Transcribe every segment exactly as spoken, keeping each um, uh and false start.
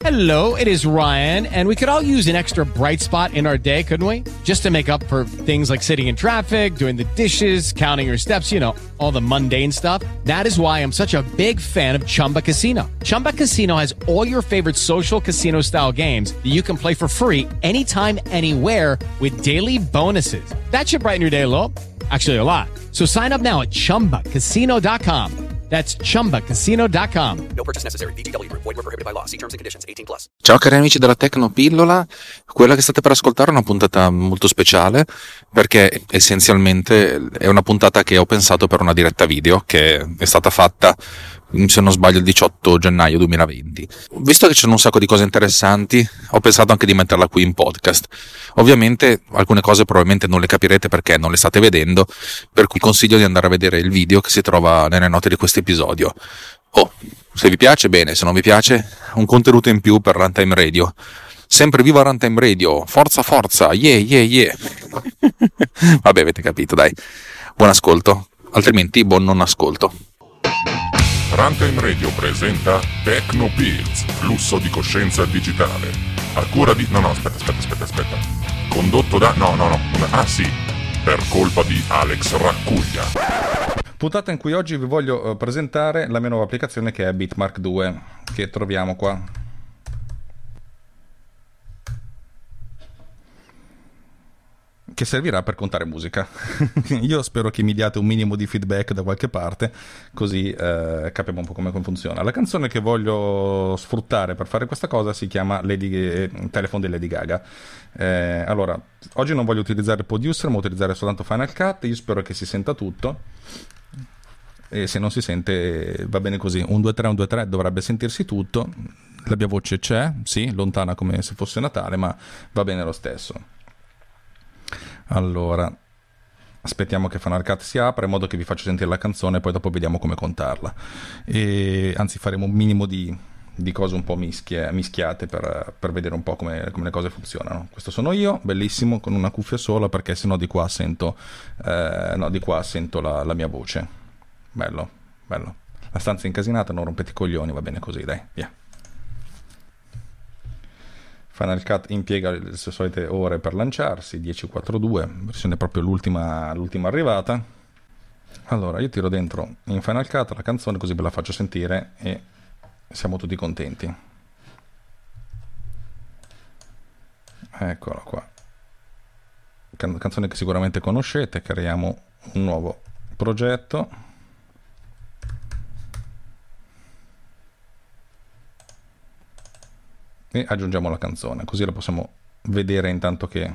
Hello, it is Ryan, and we could all use an extra bright spot in our day, couldn't we? Just to make up for things like sitting in traffic, doing the dishes, counting your steps, you know, all the mundane stuff. That is why I'm such a big fan of Chumba Casino. Chumba Casino has all your favorite social casino-style games that you can play for free anytime, anywhere with daily bonuses. That should brighten your day a little. Actually, a lot. So sign up now at chumba casino dot com. That's chumba casino dot com. No purchase necessary. V G W Group. Void where prohibited by law. See terms and conditions. eighteen plus. Ciao cari amici della Tecnopillola, quella che state per ascoltare è una puntata molto speciale perché essenzialmente è una puntata che ho pensato per una diretta video che è stata fatta, se non sbaglio, il diciotto gennaio duemilaventi. Visto che c'erano un sacco di cose interessanti, ho pensato anche di metterla qui in podcast. Ovviamente alcune cose probabilmente non le capirete perché non le state vedendo, per cui consiglio di andare a vedere il video che si trova nelle note di questo episodio. Oh, se vi piace bene, se non vi piace un contenuto in più per Runtime Radio. Sempre viva Runtime Radio, forza forza, yeah yeah yeah. Vabbè, avete capito, dai. Buon ascolto, altrimenti buon non ascolto. Runtime Radio presenta Tecnopills, flusso di coscienza digitale. A cura di... No, no, aspetta, aspetta, aspetta, aspetta. Condotto da... No, no, no. Ah, sì. Per colpa di Alex Raccuglia. Puntata in cui oggi vi voglio presentare la mia nuova applicazione che è Bitmark due, che troviamo qua. Che servirà per contare musica. Io spero che mi diate un minimo di feedback da qualche parte, così eh, capiamo un po' come funziona. La canzone che voglio sfruttare per fare questa cosa si chiama Lady, Telephone di Lady Gaga. Eh, allora, oggi non voglio utilizzare Producer, ma utilizzare soltanto Final Cut. Io spero che si senta tutto, e se non si sente va bene così. Un due tre, un due tre dovrebbe sentirsi tutto. La mia voce c'è, sì, lontana come se fosse Natale, ma va bene lo stesso. Allora, aspettiamo che Final Cut si apra in modo che vi faccio sentire la canzone e poi dopo vediamo come contarla. E anzi, faremo un minimo di, di cose un po' mischie, mischiate per, per vedere un po' come, come le cose funzionano. Questo sono io, bellissimo, con una cuffia sola, perché sennò di qua sento, eh, no, di qua sento la, la mia voce. Bello, bello. La stanza è incasinata, non rompete i coglioni, va bene così, dai, via. Final Cut impiega le sue solite ore per lanciarsi, dieci quattro due, versione proprio l'ultima, l'ultima arrivata. Allora, io tiro dentro in Final Cut la canzone, così ve la faccio sentire e siamo tutti contenti. Eccola qua. Can- canzone che sicuramente conoscete, creiamo un nuovo progetto. E aggiungiamo la canzone, così la possiamo vedere intanto che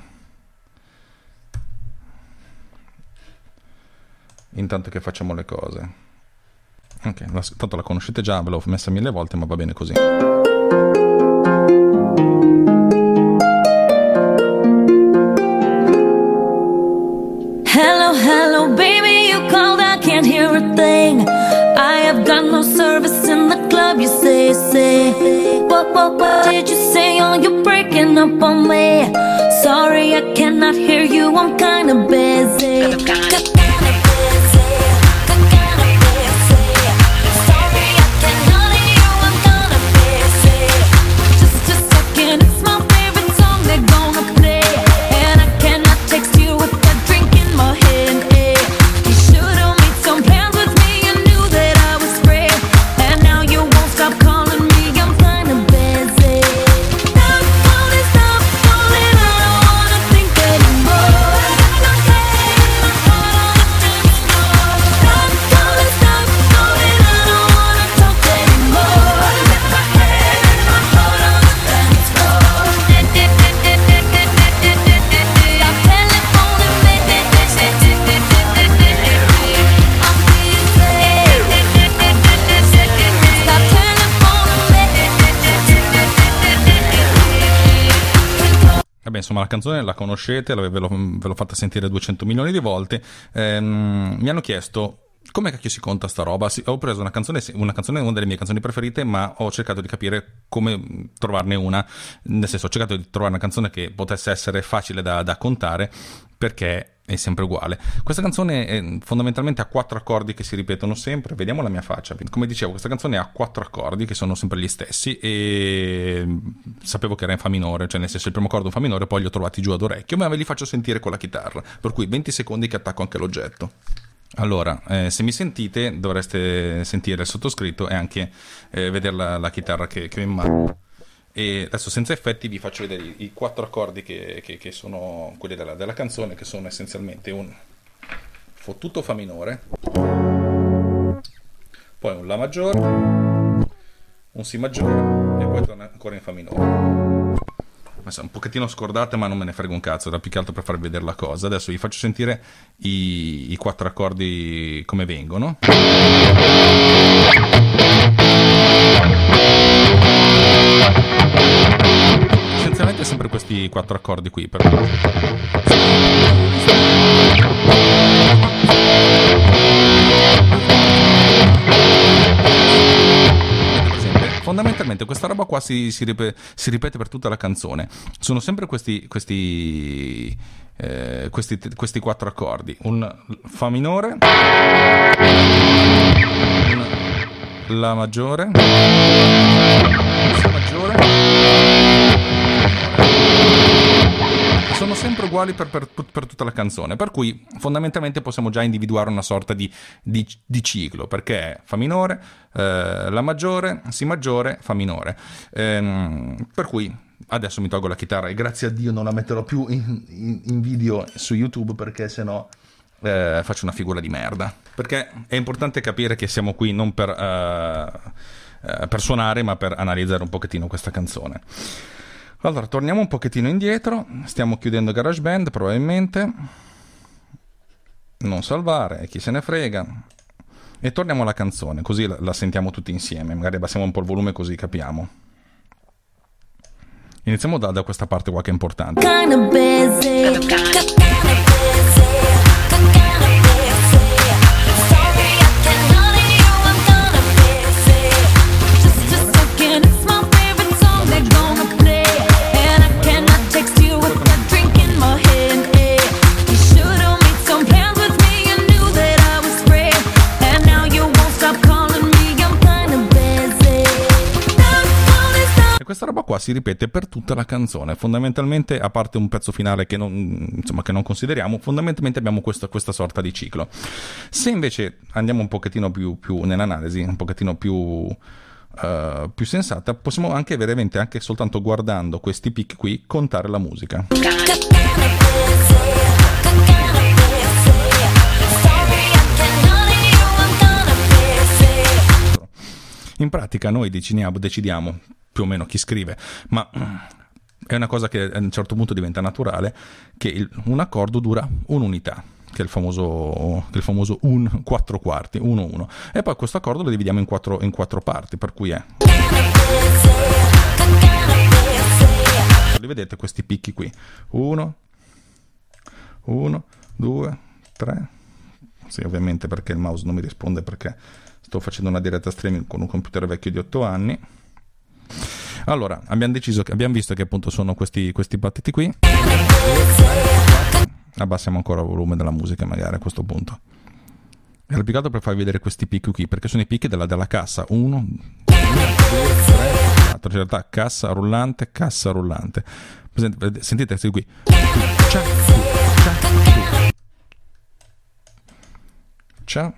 intanto che facciamo le cose. Ok, la, tanto la conoscete già, ve l'ho messa mille volte, ma va bene così. Hello, hello, baby, you called, I can't hear a thing. I have got no service in the club, you say, say. What, what, what did you say? Oh, you're breaking up on me. Sorry, I cannot hear you, I'm kinda busy. Insomma, la canzone la conoscete, ve l'ho, ve l'ho fatta sentire duecento milioni di volte. Ehm, mi hanno chiesto come cacchio si conta sta roba. Sì, ho preso una canzone, una canzone, una delle mie canzoni preferite, ma ho cercato di capire come trovarne una. Nel senso, ho cercato di trovare una canzone che potesse essere facile da, da contare, perché è sempre uguale. Questa canzone è fondamentalmente ha quattro accordi che si ripetono sempre. Vediamo la mia faccia. Come dicevo, questa canzone ha quattro accordi che sono sempre gli stessi, e sapevo che era in fa minore, cioè nel senso il primo accordo è un fa minore, poi li ho trovati giù ad orecchio, ma ve li faccio sentire con la chitarra, per cui venti secondi che attacco anche l'oggetto. Allora, eh, se mi sentite dovreste sentire il sottoscritto e anche eh, vedere la, la chitarra che, che ho in mano. E adesso senza effetti vi faccio vedere i, i quattro accordi che, che, che sono quelli della, della canzone, che sono essenzialmente un fottuto fa minore, poi un la maggiore, un si maggiore e poi torna ancora in fa minore. Un pochettino scordate, ma non me ne frega un cazzo, era più che altro per farvi vedere la cosa. Adesso vi faccio sentire i, i quattro accordi come vengono. Essenzialmente sempre questi quattro accordi qui, però. Fondamentalmente questa roba qua si, si, ripete, si ripete per tutta la canzone. Sono sempre questi questi, eh, questi, questi quattro accordi: un fa minore, un la maggiore, un si maggiore. Sono sempre uguali per, per, per tutta la canzone, per cui fondamentalmente possiamo già individuare una sorta di, di, di ciclo, perché fa minore, eh, la maggiore, si maggiore, fa minore. Ehm, per cui adesso mi tolgo la chitarra e grazie a Dio non la metterò più in, in, in video su YouTube, perché sennò eh, faccio una figura di merda. Perché è importante capire che siamo qui non per, eh, eh, per suonare, ma per analizzare un pochettino questa canzone. Allora, torniamo un pochettino indietro, stiamo chiudendo GarageBand probabilmente, non salvare, chi se ne frega, e torniamo alla canzone, così la, la sentiamo tutti insieme, magari abbassiamo un po' il volume così capiamo. Iniziamo da, da questa parte qua che è importante. Kinda busy. Questa roba qua si ripete per tutta la canzone, fondamentalmente, a parte un pezzo finale che non, insomma, che non consideriamo, fondamentalmente abbiamo questa, questa sorta di ciclo. Se invece andiamo un pochettino più, più nell'analisi, un pochettino più, uh, più sensata, possiamo anche veramente, anche soltanto guardando questi picchi qui, contare la musica. In pratica noi decidiamo, decidiamo più o meno chi scrive, ma è una cosa che a un certo punto diventa naturale, che il, un accordo dura un'unità, che è il famoso, che è il famoso un quattro quarti, uno uno, e poi questo accordo lo dividiamo in quattro, in quattro parti, per cui è... Li vedete questi picchi qui? uno, uno, due, tre, sì, ovviamente perché il mouse non mi risponde, perché sto facendo una diretta streaming con un computer vecchio di otto anni. Allora, abbiamo deciso che abbiamo visto che appunto sono questi, questi battiti qui. Abbassiamo ancora il volume della musica magari a questo punto. Era più che altro per farvi vedere questi picchi qui, perché sono i picchi della, della cassa. uno, due, tre, quattro. In realtà cassa rullante, cassa rullante. Sentite questi qui. Ciao, ciao, ciao.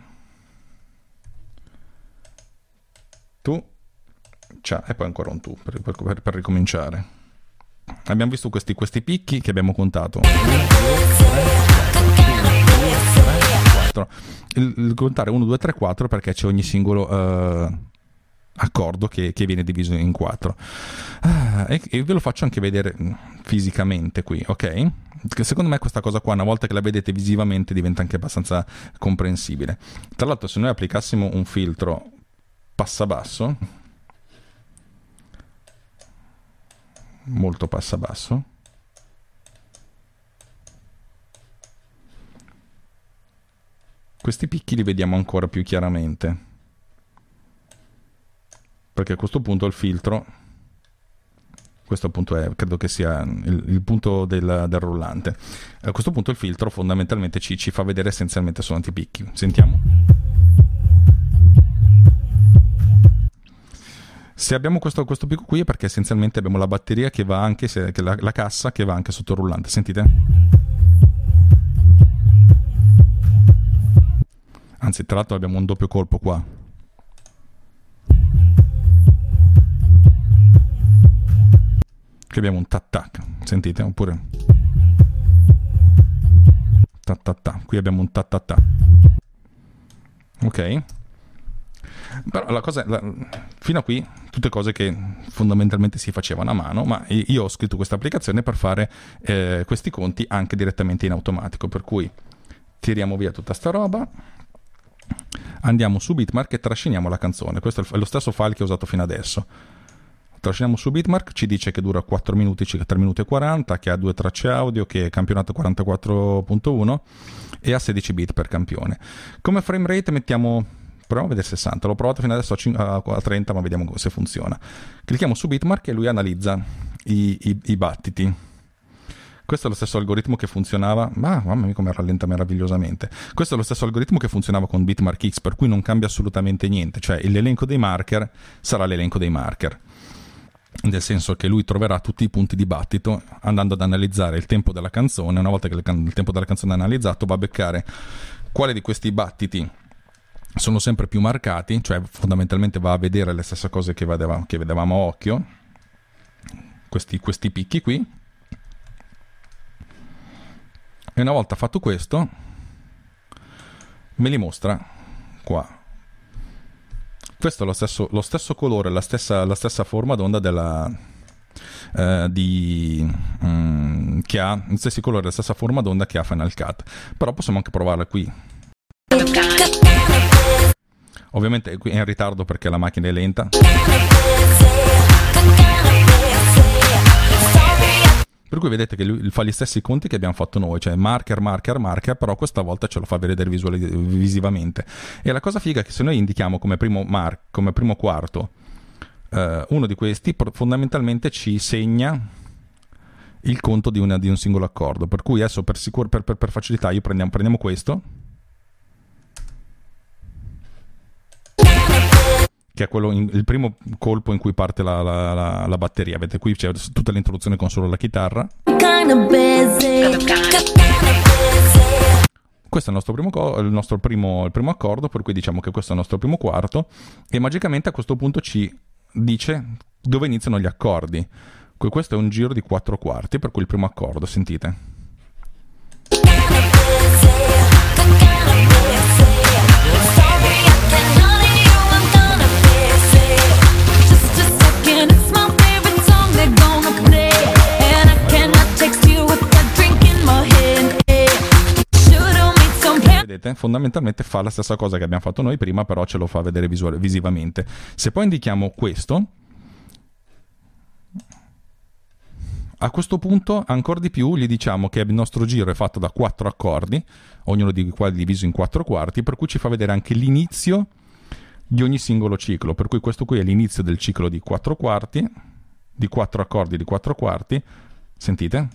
Tu, ciao, e poi ancora un tu per, per, per ricominciare. Abbiamo visto questi, questi picchi che abbiamo contato. uno, due, tre, quattro. Il, il contare uno, due, tre, quattro perché c'è ogni singolo uh, accordo che, che viene diviso in quattro. Ah, e, e ve lo faccio anche vedere fisicamente qui, ok? Che secondo me questa cosa qua, una volta che la vedete visivamente, diventa anche abbastanza comprensibile. Tra l'altro, se noi applicassimo un filtro passabasso, molto passabasso, questi picchi li vediamo ancora più chiaramente, perché a questo punto il filtro Questo appunto è, credo che sia il, il punto del, del rullante. A questo punto il filtro fondamentalmente ci, ci fa vedere essenzialmente soltanto i picchi. Sentiamo. Se abbiamo questo, questo picco qui è perché essenzialmente abbiamo la batteria che va anche, se, che la, la cassa che va anche sotto il rullante. Sentite? Anzi, tra l'altro abbiamo un doppio colpo qua. Qui abbiamo un tac-tac, sentite? Oppure tac-tac-tac. Qui abbiamo un tac-tac-tac. Ok? Però la cosa, la, fino a qui tutte cose che fondamentalmente si facevano a mano, ma io ho scritto questa applicazione per fare eh, questi conti anche direttamente in automatico, per cui tiriamo via tutta sta roba, andiamo su Bitmark e trasciniamo la canzone. Questo è lo stesso file che ho usato fino adesso. Trasciniamo su Bitmark, ci dice che dura quattro minuti, circa tre minuti e quaranta, che ha due tracce audio, che è campionato quarantaquattro punto uno e ha sedici bit per campione. Come frame rate mettiamo, proviamo a vedere sessanta, l'ho provato fino adesso a trenta, ma vediamo se funziona. Clicchiamo su Bitmark e lui analizza i, i, i battiti. Questo è lo stesso algoritmo che funzionava, ma mamma mia come rallenta meravigliosamente. Questo è lo stesso algoritmo che funzionava con Bitmark X, per cui non cambia assolutamente niente, cioè l'elenco dei marker sarà l'elenco dei marker. Nel senso che lui troverà tutti i punti di battito andando ad analizzare il tempo della canzone. Una volta che il tempo della canzone è analizzato, va a beccare quale di questi battiti sono sempre più marcati, cioè fondamentalmente va a vedere le stesse cose che vedevamo, che vedevamo a occhio, questi, questi picchi qui, e una volta fatto questo me li mostra qua. Questo è lo stesso, lo stesso colore, la stessa, la stessa forma d'onda della, eh, di, mm, che ha gli stessi colori, la stessa forma d'onda che ha Final Cut. Però possiamo anche provarla qui. Ovviamente qui è in ritardo perché la macchina è lenta. Per cui vedete che lui fa gli stessi conti che abbiamo fatto noi, cioè marker, marker, marker, però questa volta ce lo fa vedere visuali, visivamente. E la cosa figa è che se noi indichiamo come primo, mar- come primo quarto eh, uno di questi, fondamentalmente ci segna il conto di, una, di un singolo accordo. Per cui adesso per, sicur- per, per, per facilità io prendiamo, prendiamo questo, che è quello in, il primo colpo in cui parte la, la, la, la batteria. Vedete qui c'è tutta l'introduzione con solo la chitarra. Questo è il nostro primo, co- il nostro primo, il primo accordo, per cui diciamo che questo è il nostro primo quarto, e magicamente a questo punto ci dice dove iniziano gli accordi. Questo è un giro di quattro quarti, per cui il primo accordo, sentite. Vedete? Fondamentalmente fa la stessa cosa che abbiamo fatto noi prima, però ce lo fa vedere visuale, visivamente. Se poi indichiamo questo, a questo punto ancora di più gli diciamo che il nostro giro è fatto da quattro accordi, ognuno di quali diviso in quattro quarti, per cui ci fa vedere anche l'inizio di ogni singolo ciclo. Per cui questo qui è l'inizio del ciclo di quattro quarti, di quattro accordi di quattro quarti. Sentite?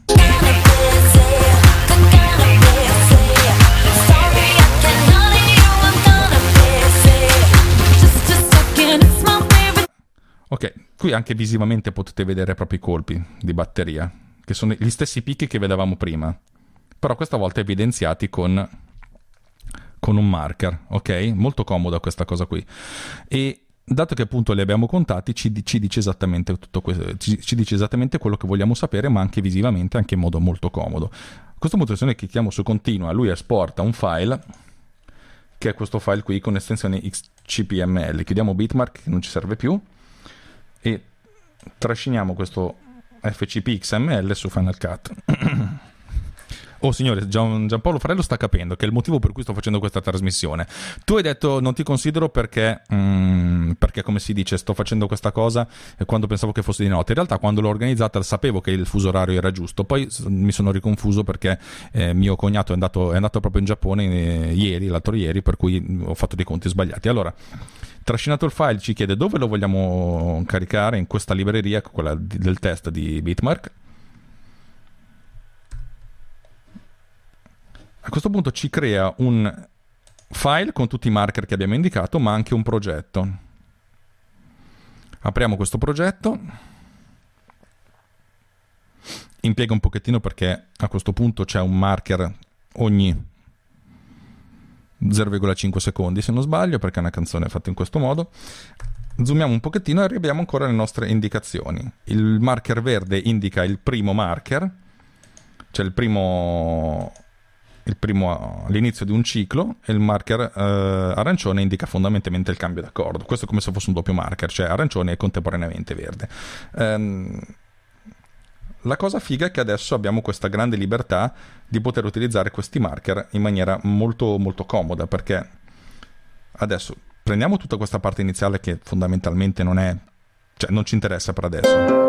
Ok, qui anche visivamente potete vedere proprio i colpi di batteria, che sono gli stessi picchi che vedevamo prima, però questa volta evidenziati con, con un marker, ok? Molto comoda questa cosa qui. E dato che appunto li abbiamo contati, ci, ci dice esattamente tutto questo, ci, ci dice esattamente quello che vogliamo sapere, ma anche visivamente, anche in modo molto comodo. A questo punto, se noi clicchiamo su continua, lui esporta un file, che è questo file qui con estensione X C P M L. Chiudiamo Bitmark, che non ci serve più, e trasciniamo questo F C P X M L su Final Cut. Oh signore, Gian, Giampaolo Farello sta capendo che è il motivo per cui sto facendo questa trasmissione. Tu hai detto non ti considero perché, mm, perché come si dice, sto facendo questa cosa quando pensavo che fosse di notte. In realtà quando l'ho organizzata sapevo che il fuso orario era giusto, poi mi sono riconfuso perché eh, mio cognato è andato, è andato proprio in Giappone eh, ieri, l'altro ieri, per cui ho fatto dei conti sbagliati. Allora, trascinato il file, ci chiede dove lo vogliamo caricare, in questa libreria, quella di, del test di Bitmark. A questo punto ci crea un file con tutti i marker che abbiamo indicato, ma anche un progetto. Apriamo questo progetto. Impiega un pochettino perché a questo punto c'è un marker ogni zero virgola cinque secondi, se non sbaglio, perché è una canzone fatta in questo modo. Zoomiamo un pochettino e arriviamo ancora alle nostre indicazioni. Il marker verde indica il primo marker, cioè il primo... il primo l'inizio di un ciclo, e il marker eh, arancione indica fondamentalmente il cambio d'accordo. Questo è come se fosse un doppio marker, cioè arancione e contemporaneamente verde. Ehm, la cosa figa è che adesso abbiamo questa grande libertà di poter utilizzare questi marker in maniera molto molto comoda, perché adesso prendiamo tutta questa parte iniziale che fondamentalmente non è, cioè non ci interessa per adesso.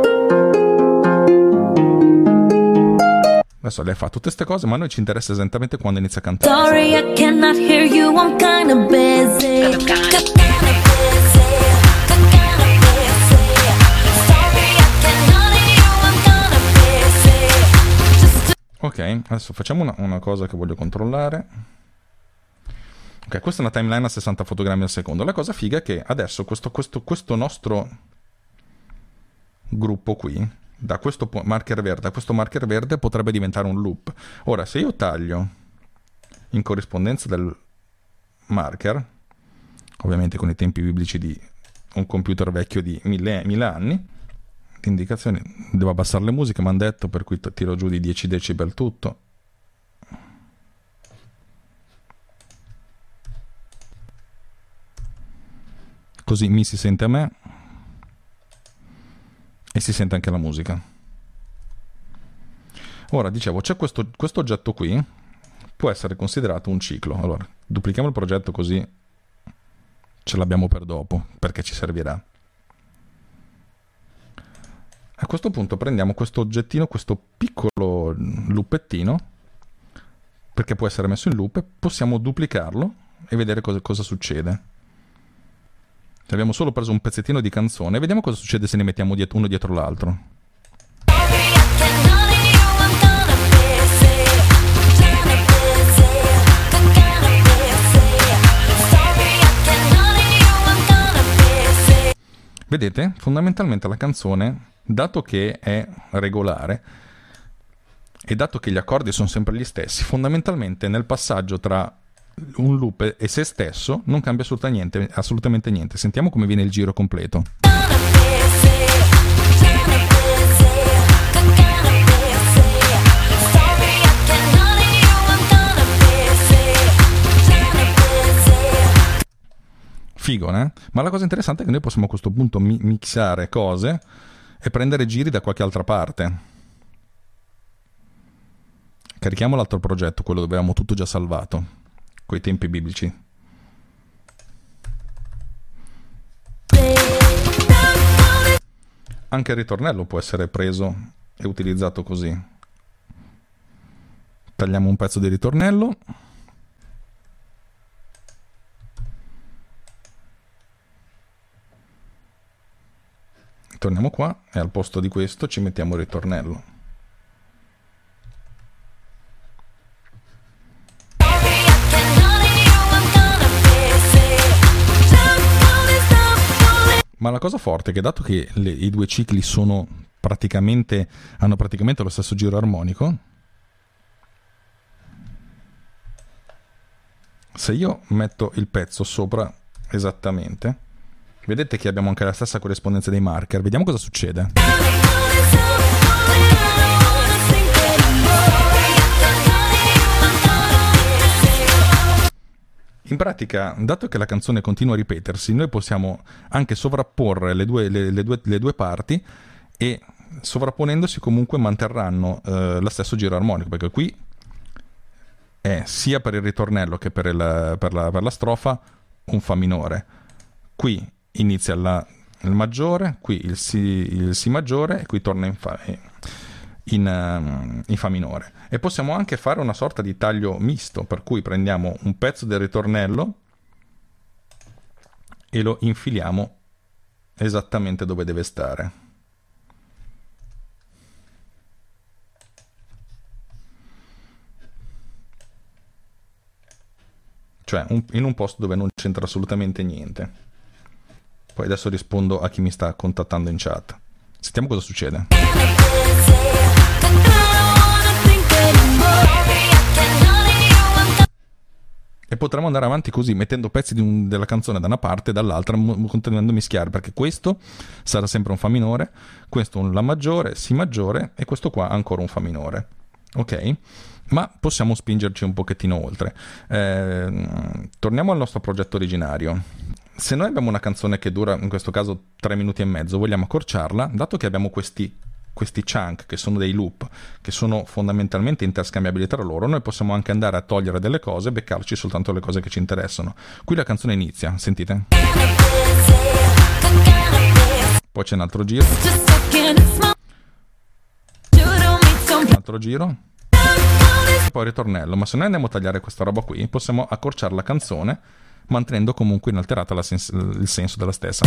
Adesso lei fa tutte queste cose, ma a noi ci interessa esattamente quando inizia a cantare. Sorry, I cannot hear you, I'm kinda busy. Kinda busy. Ok, adesso facciamo una, una cosa che voglio controllare. Ok, questa è una timeline a sessanta fotogrammi al secondo. La cosa figa è che adesso questo, questo, questo nostro gruppo qui, da questo marker verde a questo marker verde, potrebbe diventare un loop. Ora, se io taglio in corrispondenza del marker, ovviamente con i tempi biblici di un computer vecchio di mille, mille anni, le indicazioni, devo abbassare le musiche, mi hanno detto, per cui tiro giù di dieci decibel tutto. Così mi si sente a me e si sente anche la musica. Ora, dicevo, c'è questo, questo oggetto qui, può essere considerato un ciclo. Allora, duplichiamo il progetto così ce l'abbiamo per dopo, perché ci servirà. A questo punto prendiamo questo oggettino, questo piccolo luppettino, perché può essere messo in loop, e possiamo duplicarlo e vedere cosa, cosa succede. Abbiamo solo preso un pezzettino di canzone, vediamo cosa succede se ne mettiamo dietro, uno dietro l'altro. Vedete? Fondamentalmente la canzone, dato che è regolare e dato che gli accordi sono sempre gli stessi, fondamentalmente nel passaggio tra un loop e se stesso non cambia assolutamente niente, assolutamente niente. Sentiamo come viene il giro completo. Figo, eh? Ma la cosa interessante è che noi possiamo a questo punto mi- mixare cose e prendere giri da qualche altra parte. Carichiamo l'altro progetto, quello dove avevamo tutto già salvato, coi tempi biblici. Anche il ritornello può essere preso e utilizzato così. Tagliamo un pezzo di ritornello. Torniamo qua e al posto di questo ci mettiamo il ritornello. Ma la cosa forte è che dato che le, i due cicli sono praticamente, hanno praticamente lo stesso giro armonico, se io metto il pezzo sopra esattamente, vedete che abbiamo anche la stessa corrispondenza dei marker. Vediamo cosa succede. In pratica, dato che la canzone continua a ripetersi, noi possiamo anche sovrapporre le due, le, le due, le due parti, e sovrapponendosi comunque manterranno eh, lo stesso giro armonico, perché qui è sia per il ritornello che per, il, per, la, per la strofa un fa minore. Qui inizia la, il maggiore, qui il si, il si maggiore e qui torna in fa, in, in fa minore. E possiamo anche fare una sorta di taglio misto, per cui prendiamo un pezzo del ritornello e lo infiliamo esattamente dove deve stare. Cioè un, in un posto dove non c'entra assolutamente niente. Poi adesso rispondo a chi mi sta contattando in chat. Sentiamo cosa succede. E potremo andare avanti così, mettendo pezzi di un, della canzone da una parte e dall'altra, m- continuando a mischiare, perché questo sarà sempre un fa minore, questo un la maggiore, si maggiore, e questo qua ancora un fa minore. Ok? Ma possiamo spingerci un pochettino oltre. Eh, torniamo al nostro progetto originario. Se noi abbiamo una canzone che dura, in questo caso, tre minuti e mezzo, vogliamo accorciarla, dato che abbiamo questi, questi chunk, che sono dei loop, che sono fondamentalmente interscambiabili tra loro, noi possiamo anche andare a togliere delle cose e beccarci soltanto le cose che ci interessano. Qui la canzone inizia, sentite? Poi c'è un altro giro. Un altro giro. E poi ritornello. Ma se noi andiamo a tagliare questa roba qui, possiamo accorciare la canzone mantenendo comunque inalterata la sens- il senso della stessa.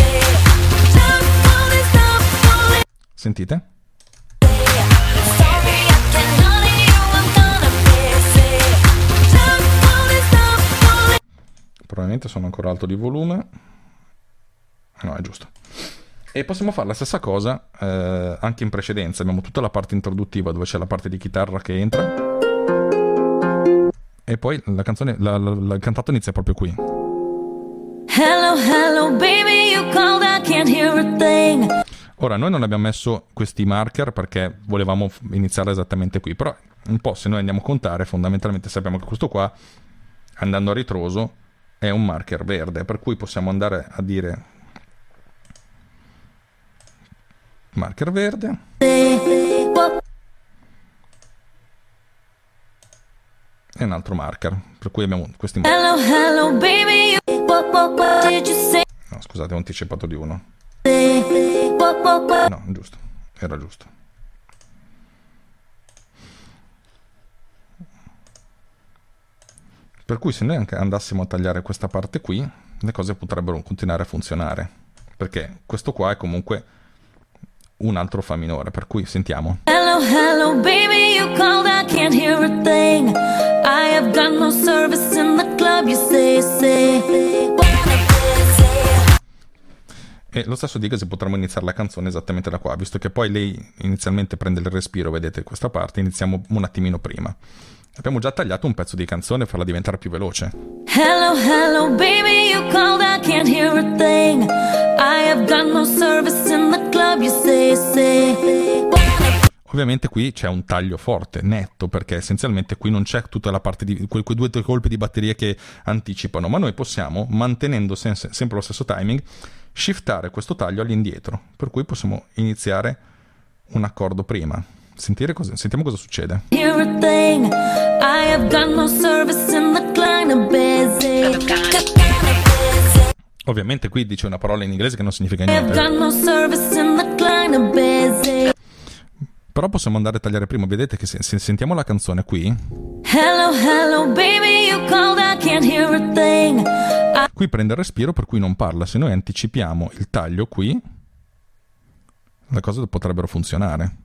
Sentite? Probabilmente sono ancora alto di volume. No, è giusto. E possiamo fare la stessa cosa eh, anche in precedenza. Abbiamo tutta la parte introduttiva dove c'è la parte di chitarra che entra e poi la canzone, la, la, la, il cantato inizia proprio qui. Hello, hello, baby, you called, I can't hear a thing. Ora, noi non abbiamo messo questi marker perché volevamo iniziare esattamente qui, però un po' se noi andiamo a contare, fondamentalmente sappiamo che questo qua, andando a ritroso, è un marker verde, per cui possiamo andare a dire marker verde e un altro marker, per cui abbiamo questi marker. Hello, hello, baby, what, what, what did you say? No, scusate, ho anticipato di uno. What, what, what? No, giusto, era giusto. Per cui se noi anche andassimo a tagliare questa parte qui, le cose potrebbero continuare a funzionare, perché questo qua è comunque un altro fa minore, per cui sentiamo. Hello, hello, baby, you called, I can't hear a thing. I have got no service in the club, you say, say. E lo stesso dica se potremmo iniziare la canzone esattamente da qua, visto che poi lei inizialmente prende il respiro, vedete questa parte, iniziamo un attimino prima. Abbiamo già tagliato un pezzo di canzone per farla diventare più veloce. Hello, hello, baby, you called, I can't hear a thing. I have got no service in the club, you say, say. Ovviamente qui c'è un taglio forte, netto, perché essenzialmente qui non c'è tutta la parte di quei, quei due tre colpi di batteria che anticipano, ma noi possiamo, mantenendo sen- sempre lo stesso timing, shiftare questo taglio all'indietro, per cui possiamo iniziare un accordo prima. Sentire cosa, sentiamo cosa succede. Hear a thing. I have got no service in the club, I'm busy. Ovviamente qui dice una parola in inglese che non significa I have got niente, no service in the club, I'm busy. però possiamo andare a tagliare prima. Vedete che se, se sentiamo la canzone qui, Hello, hello, baby, you called, I can't hear a thing. I qui prende il respiro, per cui non parla. Se noi anticipiamo il taglio qui, le cose potrebbero funzionare.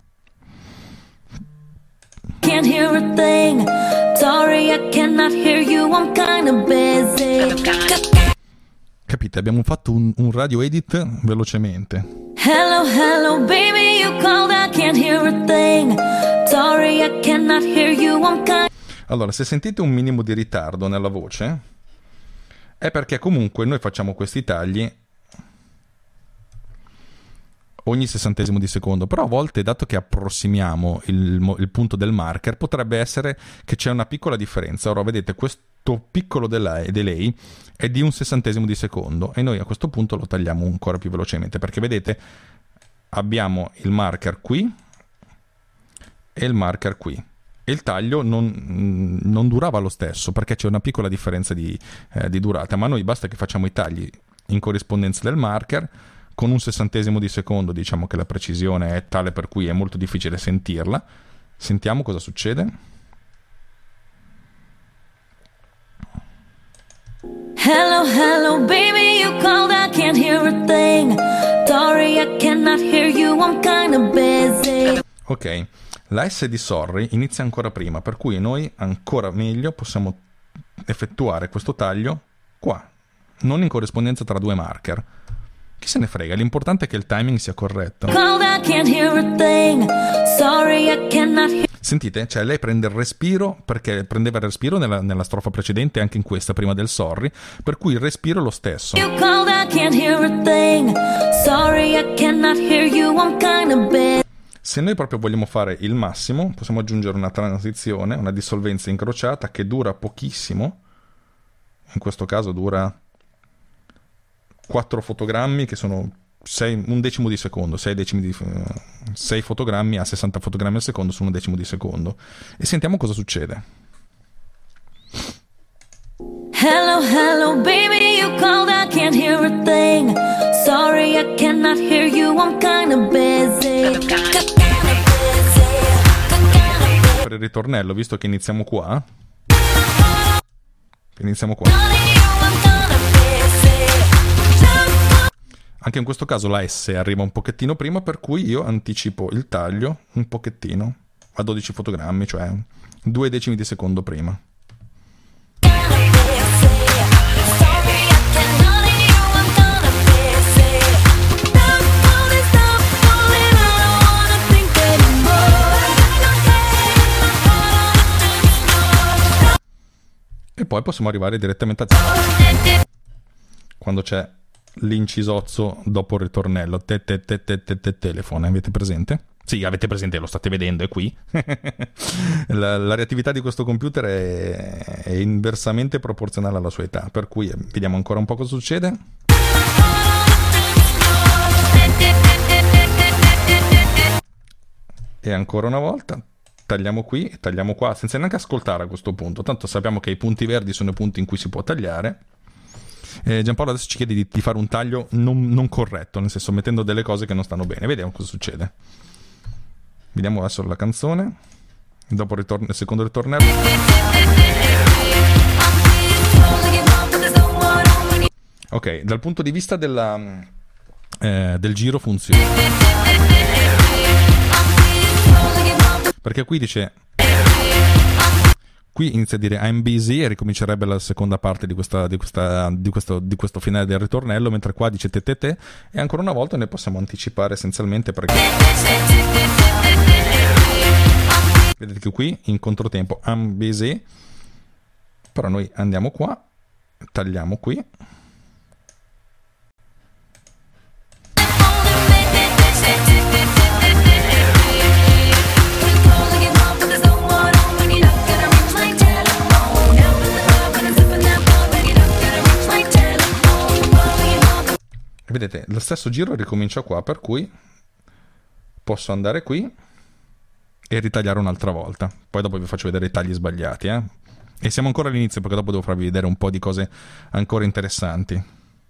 can't hear a thing. Sorry, I cannot hear you, I'm kinda busy. Capite? Abbiamo fatto un, un radio edit velocemente. Hello, hello, baby, you called, I can't hear a thing. Sorry, I cannot hear you, I'm kinda. Allora, se sentite un minimo di ritardo nella voce, è perché comunque noi facciamo questi tagli ogni sessantesimo di secondo, però a volte, dato che approssimiamo il, il punto del marker, potrebbe essere che c'è una piccola differenza. Ora vedete, questo piccolo delay, delay è di un sessantesimo di secondo e noi a questo punto lo tagliamo ancora più velocemente, perché vedete abbiamo il marker qui e il marker qui e il taglio non, non durava lo stesso, perché c'è una piccola differenza di, eh, di durata, ma a noi basta che facciamo i tagli in corrispondenza del marker. Con un sessantesimo di secondo diciamo che la precisione è tale per cui è molto difficile sentirla. Sentiamo cosa succede. Hello, hello, baby, you called, I can't hear a thing. Sorry, I cannot hear you, I'm kinda busy. Ok, la S di sorry inizia ancora prima, per cui noi ancora meglio possiamo effettuare questo taglio qua, non in corrispondenza tra due marker. Chi se ne frega, l'importante è che il timing sia corretto. Called, I can't hear a thing. Sorry, I cannot hear. Sentite? Cioè lei prende il respiro, perché prendeva il respiro nella, nella strofa precedente, anche in questa, prima del sorry, per cui il respiro è lo stesso. You called, I can't hear a thing. Sorry, I cannot hear you, I'm kinda busy. Se noi proprio vogliamo fare il massimo, possiamo aggiungere una transizione, una dissolvenza incrociata che dura pochissimo. In questo caso dura quattro fotogrammi, che sono sei, un decimo di secondo, sei decimi di sei fotogrammi a sessanta fotogrammi al secondo su un decimo di secondo. E sentiamo cosa succede. Hello, hello, baby, you called, I can't hear a thing. Sorry, I cannot hear you, I'm kinda busy. Per il ritornello, visto che iniziamo qua, iniziamo qua. Anche in questo caso la S arriva un pochettino prima, per cui io anticipo il taglio un pochettino, a dodici fotogrammi, cioè due decimi di secondo prima. E poi possiamo arrivare direttamente a quando c'è l'incisozzo dopo il ritornello, te te te te te te telefono, avete presente? Sì, avete presente, lo state vedendo, è qui. la, la reattività di questo computer è, è inversamente proporzionale alla sua età, per cui vediamo ancora un po' cosa succede. E ancora una volta tagliamo qui e tagliamo qua, senza neanche ascoltare a questo punto, tanto sappiamo che i punti verdi sono i punti in cui si può tagliare. Eh, Giampaolo adesso ci chiede di, di fare un taglio non, non corretto, nel senso mettendo delle cose che non stanno bene. Vediamo cosa succede. Vediamo adesso la canzone, dopo il, ritorno, il secondo ritornello. Ok, dal punto di vista della, eh, del giro funziona, perché qui dice, qui inizia a dire I'm busy e ricomincerebbe la seconda parte di, questa, di, questa, di, questo, di questo finale del ritornello, mentre qua dice te te te, e ancora una volta ne possiamo anticipare essenzialmente, perché vedete che qui in controtempo I'm busy, però noi andiamo qua, tagliamo qui. Vedete, lo stesso giro ricomincia qua, per cui posso andare qui e ritagliare un'altra volta. Poi dopo vi faccio vedere i tagli sbagliati, eh? E siamo ancora all'inizio, perché dopo devo farvi vedere un po' di cose ancora interessanti.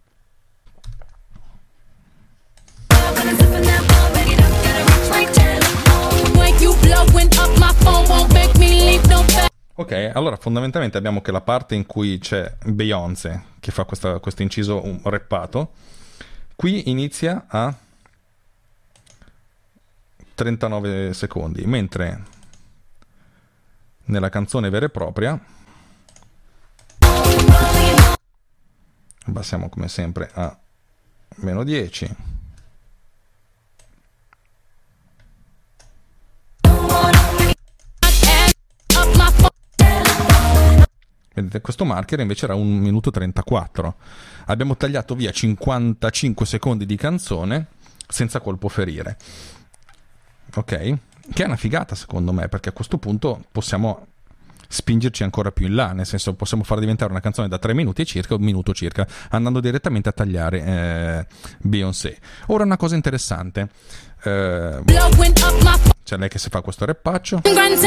Ok, allora fondamentalmente abbiamo che la parte in cui c'è Beyoncé che fa questo inciso rappato, qui inizia a trentanove secondi, mentre nella canzone vera e propria abbassiamo come sempre a meno dieci. Vedete, questo marker invece era un minuto trentaquattro. Abbiamo tagliato via cinquantacinque secondi di canzone senza colpo ferire. Ok? Che è una figata secondo me, perché a questo punto possiamo spingerci ancora più in là, nel senso possiamo far diventare una canzone da tre minuti e circa, un minuto circa, andando direttamente a tagliare eh, Beyoncé. Ora una cosa interessante. Eh, c'è lei che si fa questo reppaccio.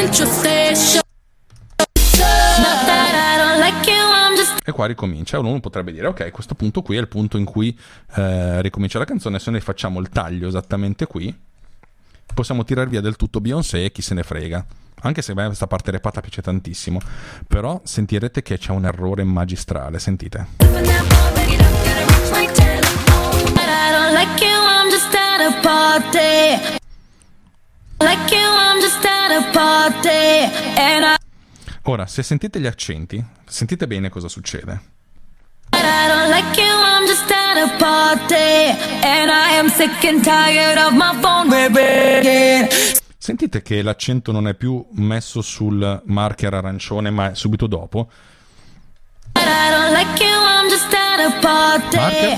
E qua ricomincia. Uno potrebbe dire ok, questo punto qui è il punto in cui eh, ricomincia la canzone. Se noi facciamo il taglio esattamente qui, possiamo tirar via del tutto Beyoncé e chi se ne frega. Anche se a me questa parte repata piace tantissimo, però sentirete che c'è un errore magistrale. Sentite. Ora, se sentite gli accenti, sentite bene cosa succede. Sentite che l'accento non è più messo sul marker arancione, ma è subito dopo. Marker.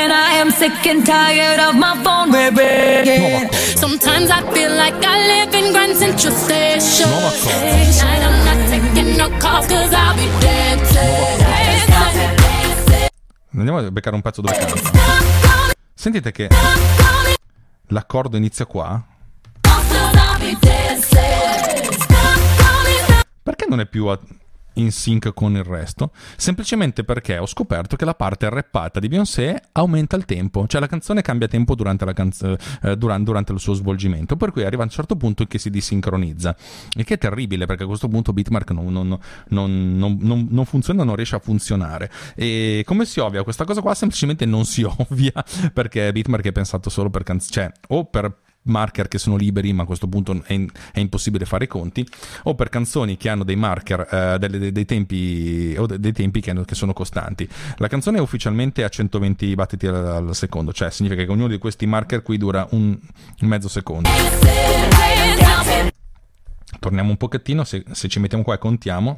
Nuovo accordo. Sometimes I feel like I live in Grand Central Station. Nuovo accordo. Tonight I'm not taking no calls 'cause I'll be dancing. Andiamo a beccare un pezzo dove canta. Sentite che l'accordo inizia qua. Perché non è più a... in sync con il resto? Semplicemente perché ho scoperto che la parte rappata di Beyoncé aumenta il tempo, cioè la canzone cambia tempo durante, la canz- eh, durante, durante il suo svolgimento, per cui arriva a un certo punto che si disincronizza, il che è terribile perché a questo punto Bitmark non, non, non, non, non, non funziona, non riesce a funzionare. E come si ovvia questa cosa qua? Semplicemente non si ovvia, perché Bitmark è pensato solo per canzoni, cioè o per marker che sono liberi, ma a questo punto è, in, è impossibile fare i conti, o per canzoni che hanno dei marker eh, dei, dei, dei tempi o dei tempi che, hanno, che sono costanti. La canzone è ufficialmente a centoventi battiti al, al secondo, cioè significa che ognuno di questi marker qui dura un, un mezzo secondo. Torniamo un pochettino, se, se ci mettiamo qua e contiamo.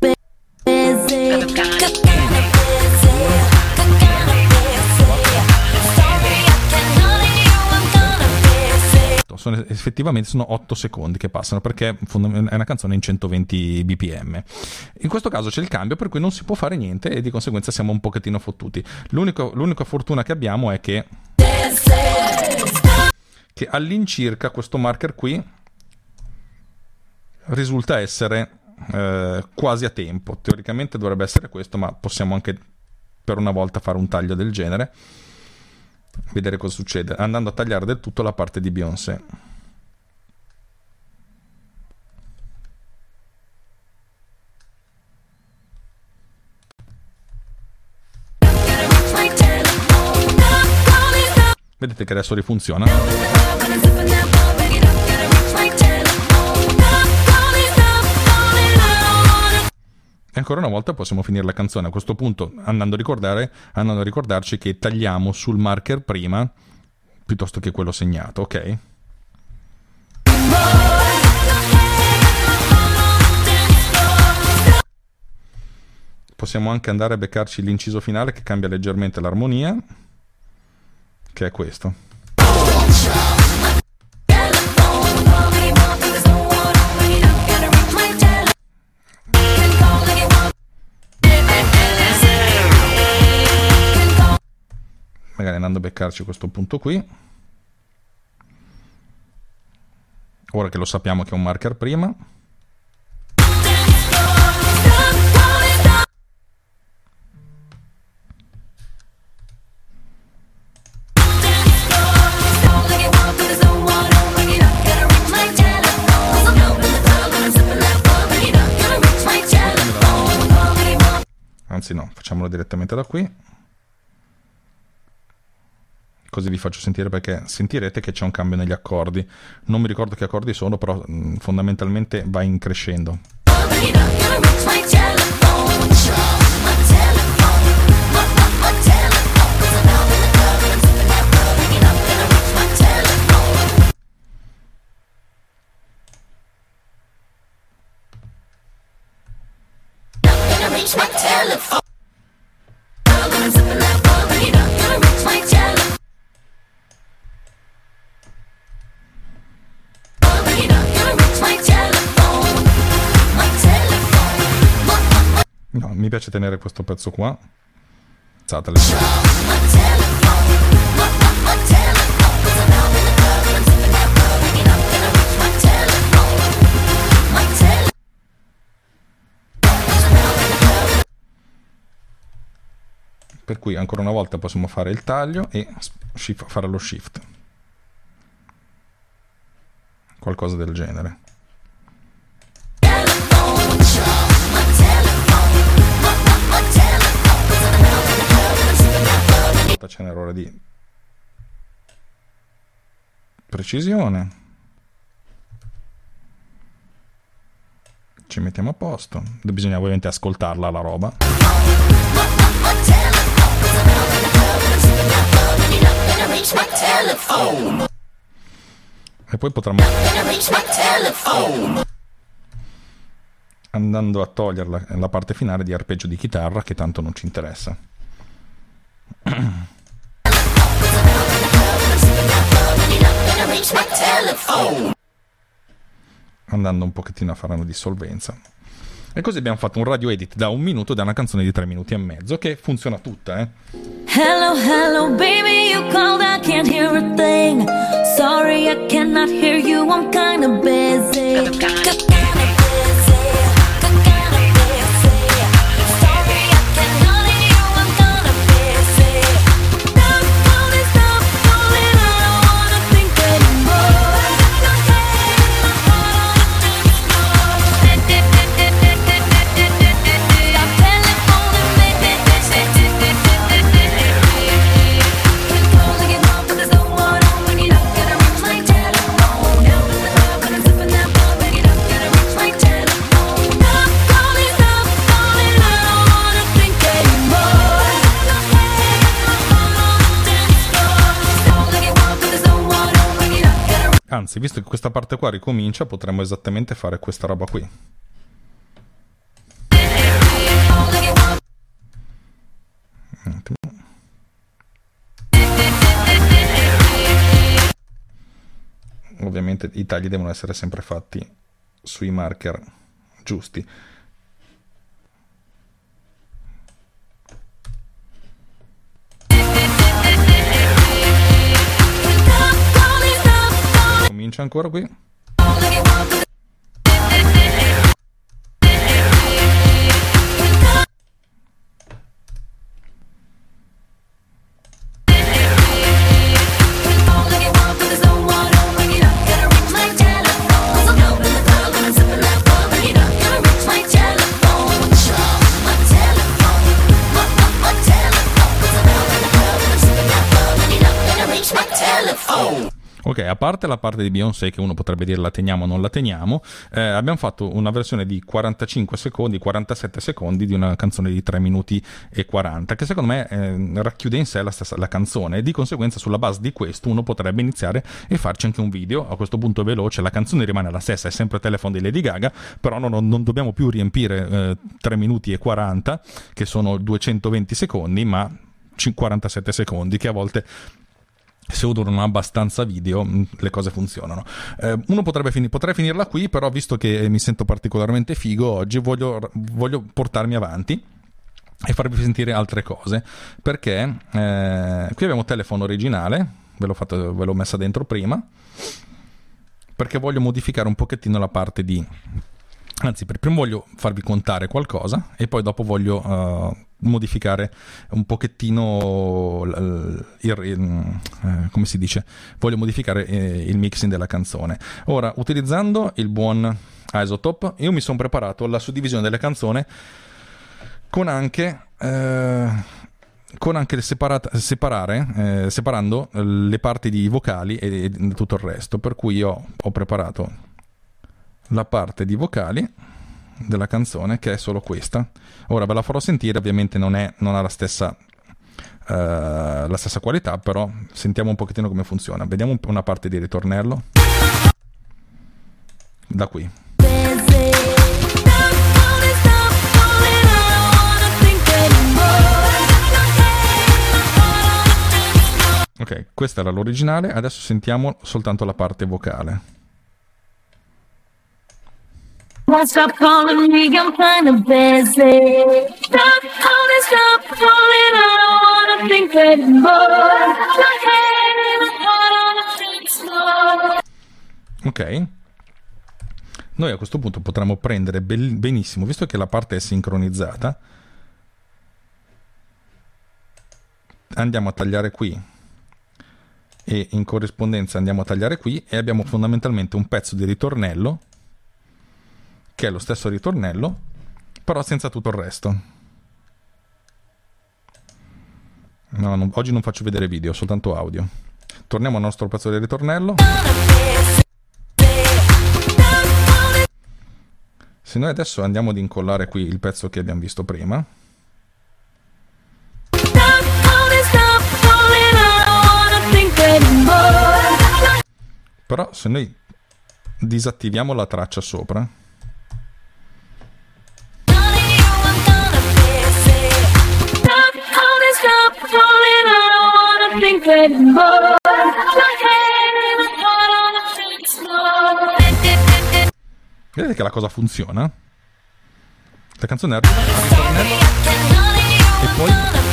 Sono, effettivamente sono otto secondi che passano, perché è una canzone in centoventi bpm. In questo caso c'è il cambio, per cui non si può fare niente e di conseguenza siamo un pochettino fottuti. L'unico, l'unica fortuna che abbiamo è che che all'incirca questo marker qui risulta essere eh, quasi a tempo. Teoricamente dovrebbe essere questo, ma possiamo anche per una volta fare un taglio del genere, vedere cosa succede andando a tagliare del tutto la parte di Beyoncé. Vedete che adesso rifunziona. E ancora una volta possiamo finire la canzone a questo punto andando a ricordare, andando a ricordarci che tagliamo sul marker prima piuttosto che quello segnato, ok? Possiamo anche andare a beccarci l'inciso finale che cambia leggermente l'armonia, che è questo. Magari andando a beccarci questo punto qui, ora che lo sappiamo che è un marker prima. Anzi no, facciamolo direttamente da qui. Così vi faccio sentire, perché sentirete che c'è un cambio negli accordi. Non mi ricordo che accordi sono, però mh, fondamentalmente va in crescendo. No, mi piace tenere questo pezzo qua. Alzatele. per cui ancora una volta possiamo fare il taglio e shift, fare lo shift, qualcosa del genere. C'è un errore di precisione, ci mettiamo a posto, bisogna ovviamente ascoltarla la roba. E poi potremmo, andando a togliere la, la parte finale di arpeggio di chitarra, che tanto non ci interessa. Andando un pochettino a fare una dissolvenza. E così abbiamo fatto un radio edit da un minuto da una canzone di tre minuti e mezzo, che funziona tutta, eh. Hello, hello, baby, you called, I can't hear a thing. Sorry, I cannot hear you, I'm kinda busy. Anzi, visto che questa parte qua ricomincia, potremmo esattamente fare questa roba qui. Un attimo. Ovviamente i tagli devono essere sempre fatti sui marker giusti. Comincia ancora qui. Ok, a parte la parte di Beyoncé, che uno potrebbe dire la teniamo o non la teniamo, eh, abbiamo fatto una versione di quarantacinque secondi, quarantasette secondi di una canzone di tre minuti e quaranta, che secondo me eh, racchiude in sé la stessa la canzone, e di conseguenza sulla base di questo uno potrebbe iniziare e farci anche un video, a questo punto veloce. La canzone rimane la stessa, è sempre Telephone di Lady Gaga, però non, non dobbiamo più riempire eh, tre minuti e quaranta, che sono duecentoventi secondi, ma quarantasette secondi, che a volte, se uno non ha abbastanza video, le cose funzionano. Eh, uno potrebbe fin- potrei finirla qui, però visto che mi sento particolarmente figo oggi, voglio, voglio portarmi avanti e farvi sentire altre cose, perché eh, qui abbiamo Telephone originale, ve l'ho, fatto, ve l'ho messa dentro prima, perché voglio modificare un pochettino la parte di... Anzi, per prima voglio farvi contare qualcosa e poi dopo voglio uh, modificare un pochettino il, il, il, eh, come si dice? Voglio modificare eh, il mixing della canzone. Ora, utilizzando il buon Isotope, io mi sono preparato la suddivisione delle canzoni con anche eh, con anche il separata, separare eh, separando le parti di vocali e, e tutto il resto, per cui io ho preparato la parte di vocali della canzone, che è solo questa. Ora ve la farò sentire, ovviamente non, è, non ha la stessa uh, la stessa qualità, però sentiamo un pochettino come funziona. Vediamo una parte di ritornello da qui. Ok, questa era l'originale, adesso sentiamo soltanto la parte vocale. Stop calling me, I'm kinda busy. Stop calling, stop calling, I don't wanna think anymore. Ok. Noi a questo punto potremmo prendere benissimo, visto che la parte è sincronizzata, andiamo a tagliare qui e in corrispondenza andiamo a tagliare qui e abbiamo fondamentalmente un pezzo di ritornello che è lo stesso ritornello però senza tutto il resto. No, non, oggi non faccio vedere video, soltanto audio. Torniamo al nostro pezzo di ritornello. Se noi adesso andiamo ad incollare qui il pezzo che abbiamo visto prima, però se noi disattiviamo la traccia sopra, vedete che la cosa funziona? La canzone arriva al ritornello e poi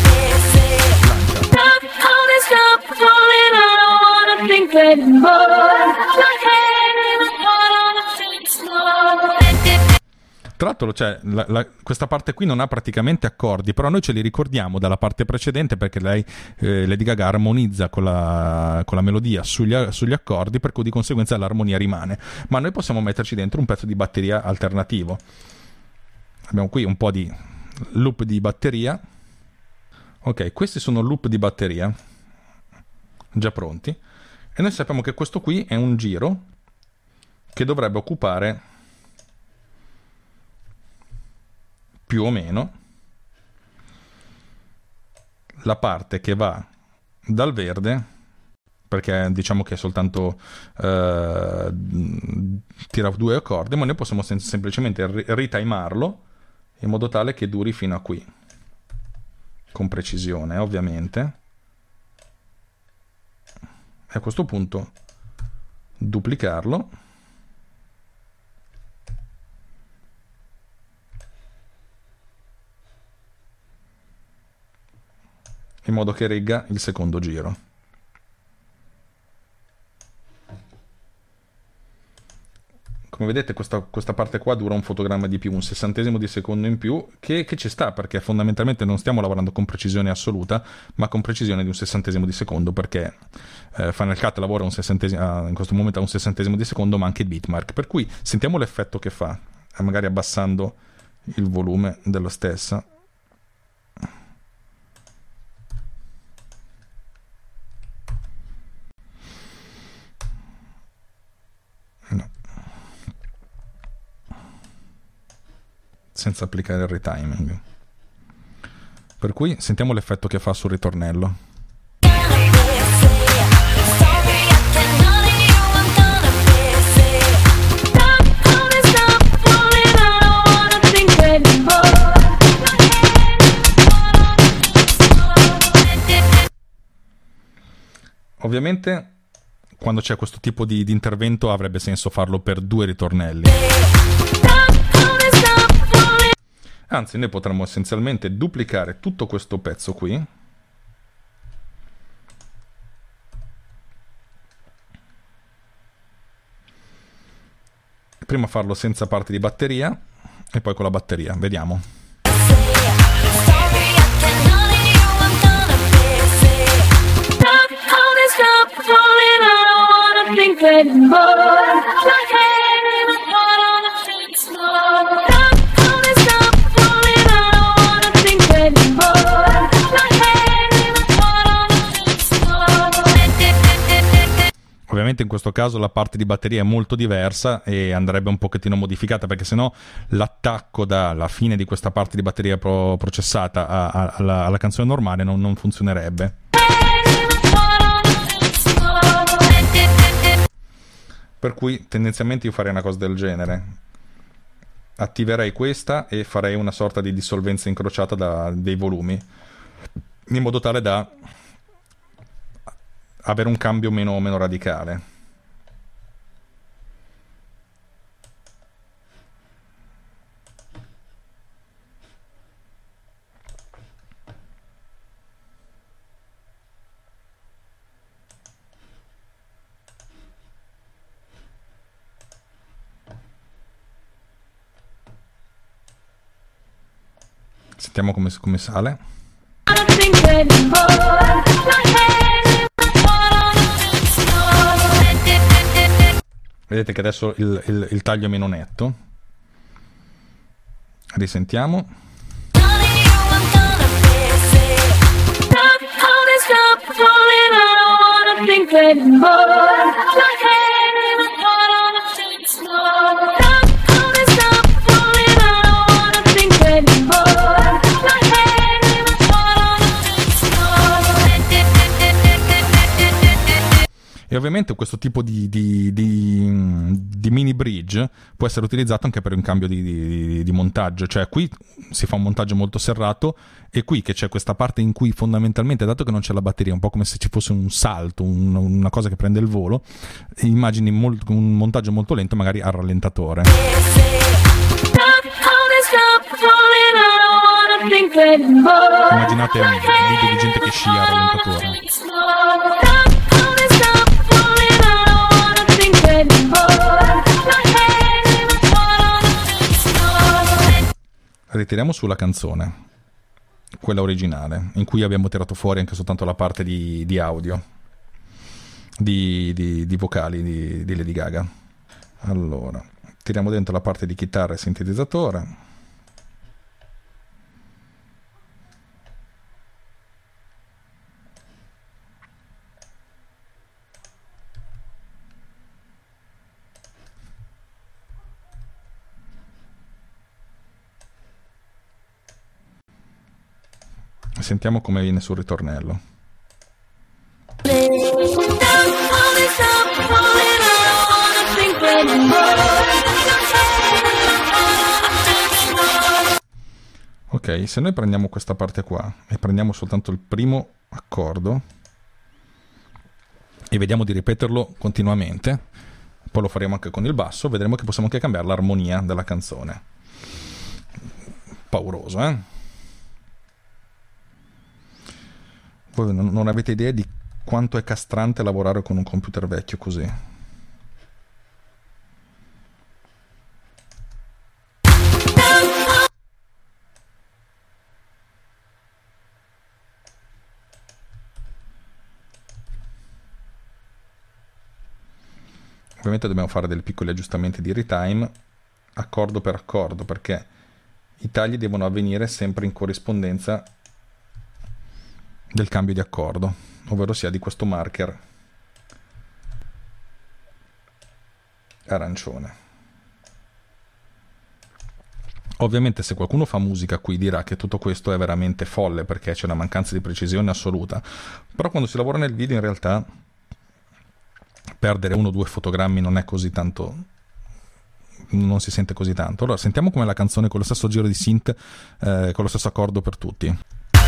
tra l'altro, cioè, la, la, questa parte qui non ha praticamente accordi, però noi ce li ricordiamo dalla parte precedente perché lei, eh, Lady Gaga, armonizza con la, con la melodia sugli, sugli accordi, per cui di conseguenza l'armonia rimane. Ma noi possiamo metterci dentro un pezzo di batteria alternativo. Abbiamo qui un po' di loop di batteria. Ok, questi sono loop di batteria già pronti. E noi sappiamo che questo qui è un giro che dovrebbe occupare più o meno la parte che va dal verde, perché diciamo che è soltanto eh, tira due accordi, ma noi possiamo sem- semplicemente ri- ritimarlo in modo tale che duri fino a qui, con precisione ovviamente, e a questo punto duplicarlo in modo che regga il secondo giro. Come vedete questa, questa parte qua dura un fotogramma di più, un sessantesimo di secondo in più, che, che ci sta, perché fondamentalmente non stiamo lavorando con precisione assoluta, ma con precisione di un sessantesimo di secondo, perché eh, Final Cut lavora un sessantesimo, in questo momento a un sessantesimo di secondo, ma anche il bitmark. Per cui sentiamo l'effetto che fa, magari abbassando il volume dello stesso. No. Senza applicare il retiming. Per cui sentiamo l'effetto che fa sul ritornello. Ovviamente quando c'è questo tipo di, di intervento avrebbe senso farlo per due ritornelli. Anzi, noi potremmo essenzialmente duplicare tutto questo pezzo qui prima farlo senza parte di batteria e poi con la batteria. Vediamo. Ovviamente in questo caso la parte di batteria è molto diversa e andrebbe un pochettino modificata, perché sennò l'attacco dalla fine di questa parte di batteria pro- processata a, a, alla, alla canzone normale non, non funzionerebbe. Per cui tendenzialmente io farei una cosa del genere: attiverei questa e farei una sorta di dissolvenza incrociata da, dei volumi, in modo tale da avere un cambio meno, meno radicale. Sentiamo come, come sale. getting bored. My head in the water on the dance floor. Vedete che adesso il, il, il taglio è meno netto. Risentiamo. E ovviamente questo tipo di, di, di, di mini bridge può essere utilizzato anche per un cambio di, di, di montaggio, cioè qui si fa un montaggio molto serrato e qui che c'è questa parte in cui fondamentalmente, dato che non c'è la batteria, un po' come se ci fosse un salto, un, una cosa che prende il volo, immagini molto, un montaggio molto lento magari al rallentatore. Immaginate un video di gente che scia al rallentatore. Ritiriamo sulla canzone, quella originale, in cui abbiamo tirato fuori anche soltanto la parte di, di audio, di, di, di vocali di, di Lady Gaga. Allora, tiriamo dentro la parte di chitarra e sintetizzatore. Sentiamo come viene sul ritornello. Ok, se noi prendiamo questa parte qua e prendiamo soltanto il primo accordo e vediamo di ripeterlo continuamente, poi lo faremo anche con il basso, vedremo che possiamo anche cambiare l'armonia della canzone. Pauroso, eh? Voi non avete idea di quanto è castrante lavorare con un computer vecchio così. Ovviamente dobbiamo fare dei piccoli aggiustamenti di retime, accordo per accordo, perché i tagli devono avvenire sempre in corrispondenza del cambio di accordo, ovvero sia di questo marker arancione. Ovviamente se qualcuno fa musica qui dirà che tutto questo è veramente folle perché c'è una mancanza di precisione assoluta, però quando si lavora nel video in realtà perdere uno o due fotogrammi non è così tanto, non si sente così tanto. Allora sentiamo come la canzone con lo stesso giro di synth, eh, con lo stesso accordo per tutti.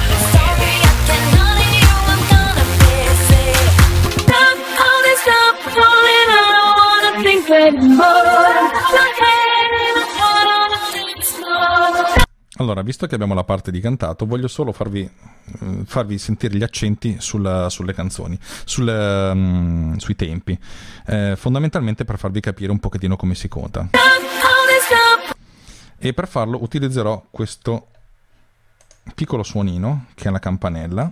Allora, visto che abbiamo la parte di cantato, voglio solo farvi, farvi sentire gli accenti sulla, sulle canzoni, sul, um, sui tempi, eh, fondamentalmente per farvi capire un pochettino come si conta. E per farlo utilizzerò questo piccolo suonino, che è la campanella,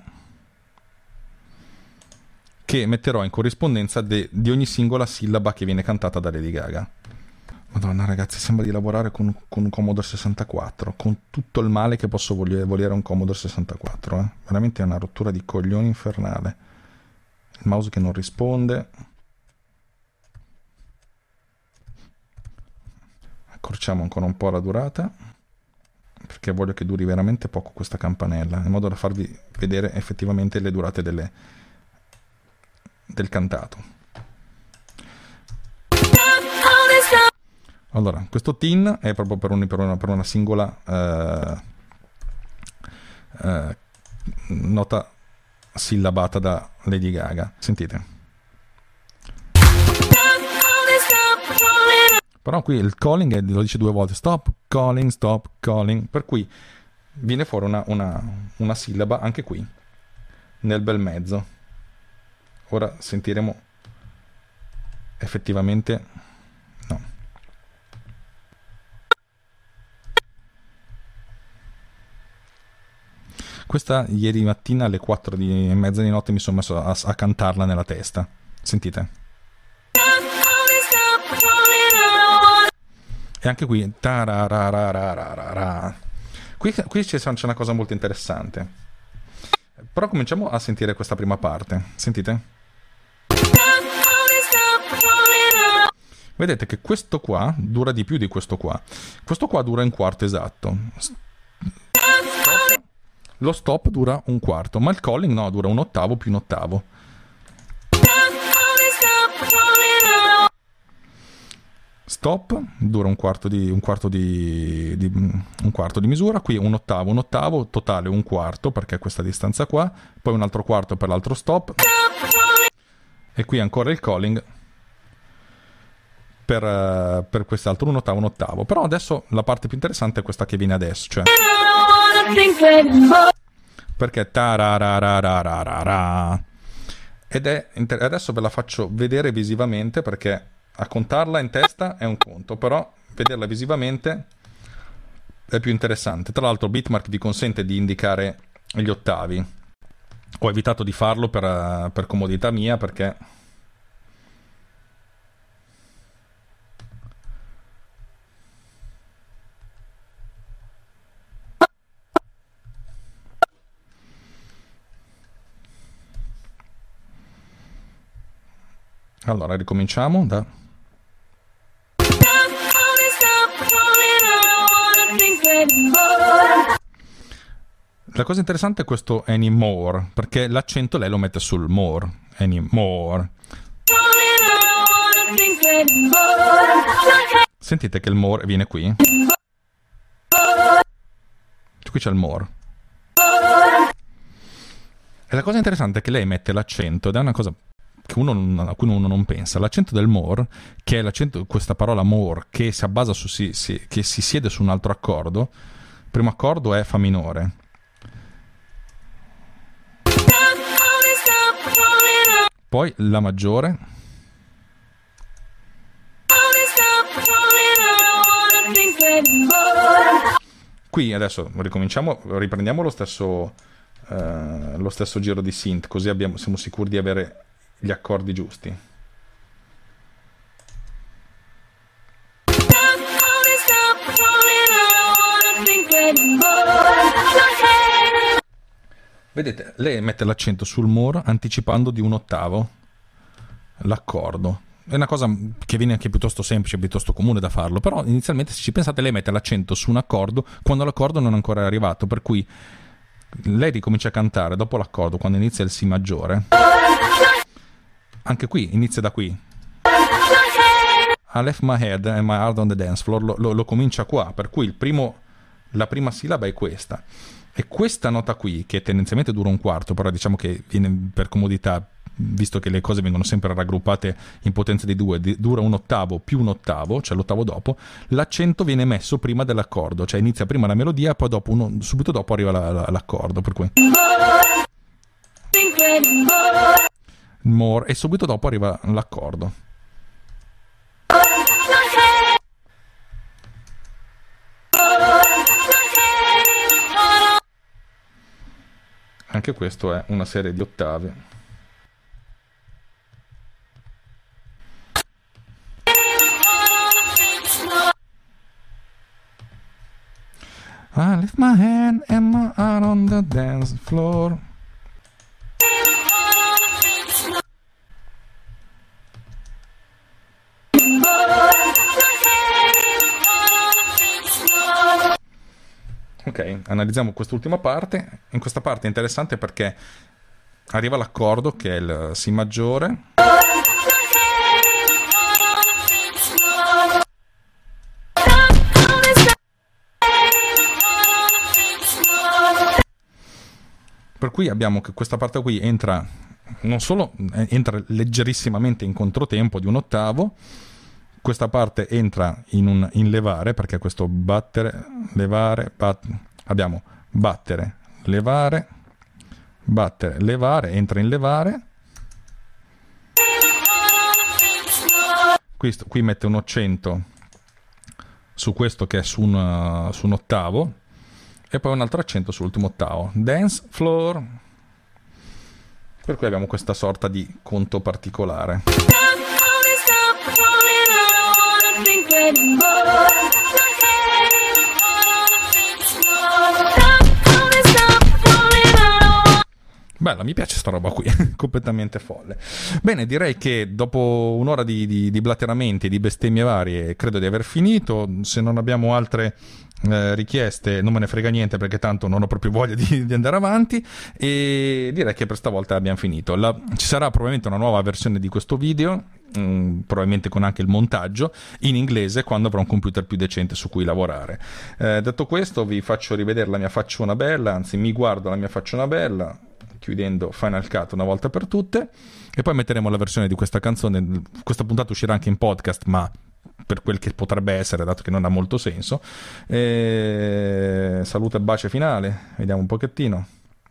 che metterò in corrispondenza de, di ogni singola sillaba che viene cantata da Lady Gaga. Madonna ragazzi, sembra di lavorare con, con un Commodore sessantaquattro, con tutto il male che posso volere, volere un Commodore sessantaquattro, eh. Veramente è una rottura di coglioni infernale. Il mouse che non risponde. Accorciamo ancora un po' la durata, perché voglio che duri veramente poco questa campanella, in modo da farvi vedere effettivamente le durate delle, del cantato. Allora, questo tin è proprio per, un, per, una, per una singola eh, eh, nota sillabata da Lady Gaga. Sentite. Però qui il calling è, lo dice due volte, stop calling, stop calling, per cui viene fuori una, una, una sillaba anche qui, nel bel mezzo. Ora sentiremo effettivamente... no. Questa ieri mattina alle quattro di, e mezza di notte mi sono messo a, a cantarla nella testa. Sentite. E anche qui qui, qui c'è una cosa molto interessante. Però cominciamo a sentire questa prima parte. Sentite? Vedete che questo qua dura di più di questo qua. Questo qua dura un quarto esatto. Lo stop dura un quarto, ma il calling no, dura un ottavo più un ottavo. Stop dura un quarto di un quarto di, di un quarto di misura, qui un ottavo, un ottavo, totale un quarto perché questa distanza qua, poi un altro quarto per l'altro stop e qui ancora il calling per, uh, per quest'altro un ottavo, un ottavo. Però adesso la parte più interessante è questa che viene adesso, cioè perché tarararararara ed è inter- adesso ve la faccio vedere visivamente perché a contarla in testa è un conto, però vederla visivamente è più interessante. Tra l'altro Bitmark vi consente di indicare gli ottavi. Ho evitato di farlo per, per comodità mia perché allora ricominciamo da la cosa interessante è questo anymore, perché l'accento lei lo mette sul more. Anymore. Sentite che il more viene qui. Qui c'è il more. E la cosa interessante è che lei mette l'accento, ed è una cosa che uno non, a cui uno non pensa, l'accento del more, che è l'accento, questa parola more, che si abbasa su, si, si, che si siede su un altro accordo. Il primo accordo è fa minore. Poi la maggiore. Qui adesso ricominciamo, riprendiamo lo stesso, eh, lo stesso giro di synth, così abbiamo, siamo sicuri di avere gli accordi giusti. Vedete, lei mette l'accento sul more anticipando di un ottavo l'accordo. È una cosa che viene anche piuttosto semplice, piuttosto comune da farlo, però inizialmente se ci pensate lei mette l'accento su un accordo quando l'accordo non è ancora arrivato, per cui lei ricomincia a cantare dopo l'accordo quando inizia il Si maggiore. Anche qui, inizia da qui. I left my head and my heart on the dance floor, lo, lo, lo comincia qua, per cui il primo, la prima sillaba è questa. E questa nota qui, che tendenzialmente dura un quarto, però diciamo che viene per comodità, visto che le cose vengono sempre raggruppate in potenza di due, di, dura un ottavo più un ottavo, cioè l'ottavo dopo, l'accento viene messo prima dell'accordo, cioè inizia prima la melodia, poi dopo uno, subito dopo arriva la, la, l'accordo, per cui more, e subito dopo arriva l'accordo. Anche questo è una serie di ottave. I lift my hand and my heart on the dance floor. Ok, analizziamo quest'ultima parte. In questa parte è interessante perché arriva l'accordo che è il Si maggiore. Per cui abbiamo che questa parte qui entra non solo entra leggerissimamente in controtempo di un ottavo, questa parte entra in un in levare, perché questo battere, levare, bat, abbiamo battere, levare, battere, levare, entra in levare. Qui, qui mette un accento su questo che è su un, su un ottavo, e poi un altro accento sull'ultimo ottavo. Dance floor. Per cui abbiamo questa sorta di conto particolare. Bella, mi piace sta roba qui, completamente folle. Bene, direi che dopo un'ora di, di, di blatteramenti e di bestemmie varie credo di aver finito. Se non abbiamo altre eh, richieste non me ne frega niente, perché tanto non ho proprio voglia di, di andare avanti, e direi che per stavolta abbiamo finito. La, ci sarà probabilmente una nuova versione di questo video, mh, probabilmente con anche il montaggio in inglese, quando avrò un computer più decente su cui lavorare. Eh, detto questo, vi faccio rivedere la mia facciona bella, anzi mi guardo la mia facciona bella, chiudendo Final Cut una volta per tutte, e poi metteremo la versione di questa canzone. Questa puntata uscirà anche in podcast, ma per quel che potrebbe essere, dato che non ha molto senso. E... saluto e bacio finale, vediamo un pochettino.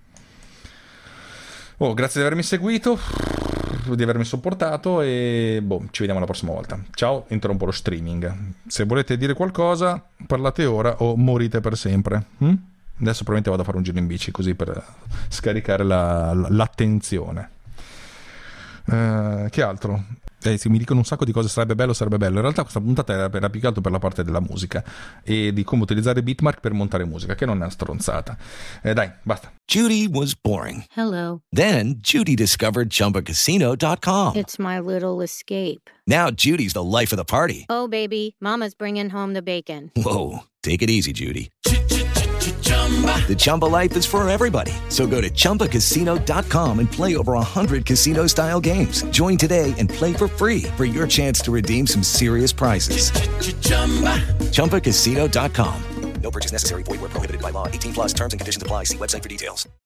Oh, grazie di avermi seguito, di avermi sopportato, e boh, ci vediamo la prossima volta. Ciao, interrompo lo streaming. Se volete dire qualcosa, parlate ora o morite per sempre. Hm? Adesso probabilmente vado a fare un giro in bici, così per scaricare la, l'attenzione. Eh, che altro? Eh, sì, mi dicono un sacco di cose, sarebbe bello, sarebbe bello. In realtà questa puntata era, era più che altro per la parte della musica e di come utilizzare Bitmark per montare musica, che non è una stronzata. Eh, dai, basta. Judy was boring. Hello. Then Judy discovered Chumba Casino dot com. It's my little escape. Now Judy's the life of the party. Oh, baby, mama's bringing home the bacon. Whoa, take it easy, Judy. The Chumba life is for everybody. So go to Chumba Casino dot com and play over one hundred casino-style games. Join today and play for free for your chance to redeem some serious prizes. Chumba Casino dot com. No purchase necessary. Void where prohibited by law. eighteen plus terms and conditions apply. See website for details.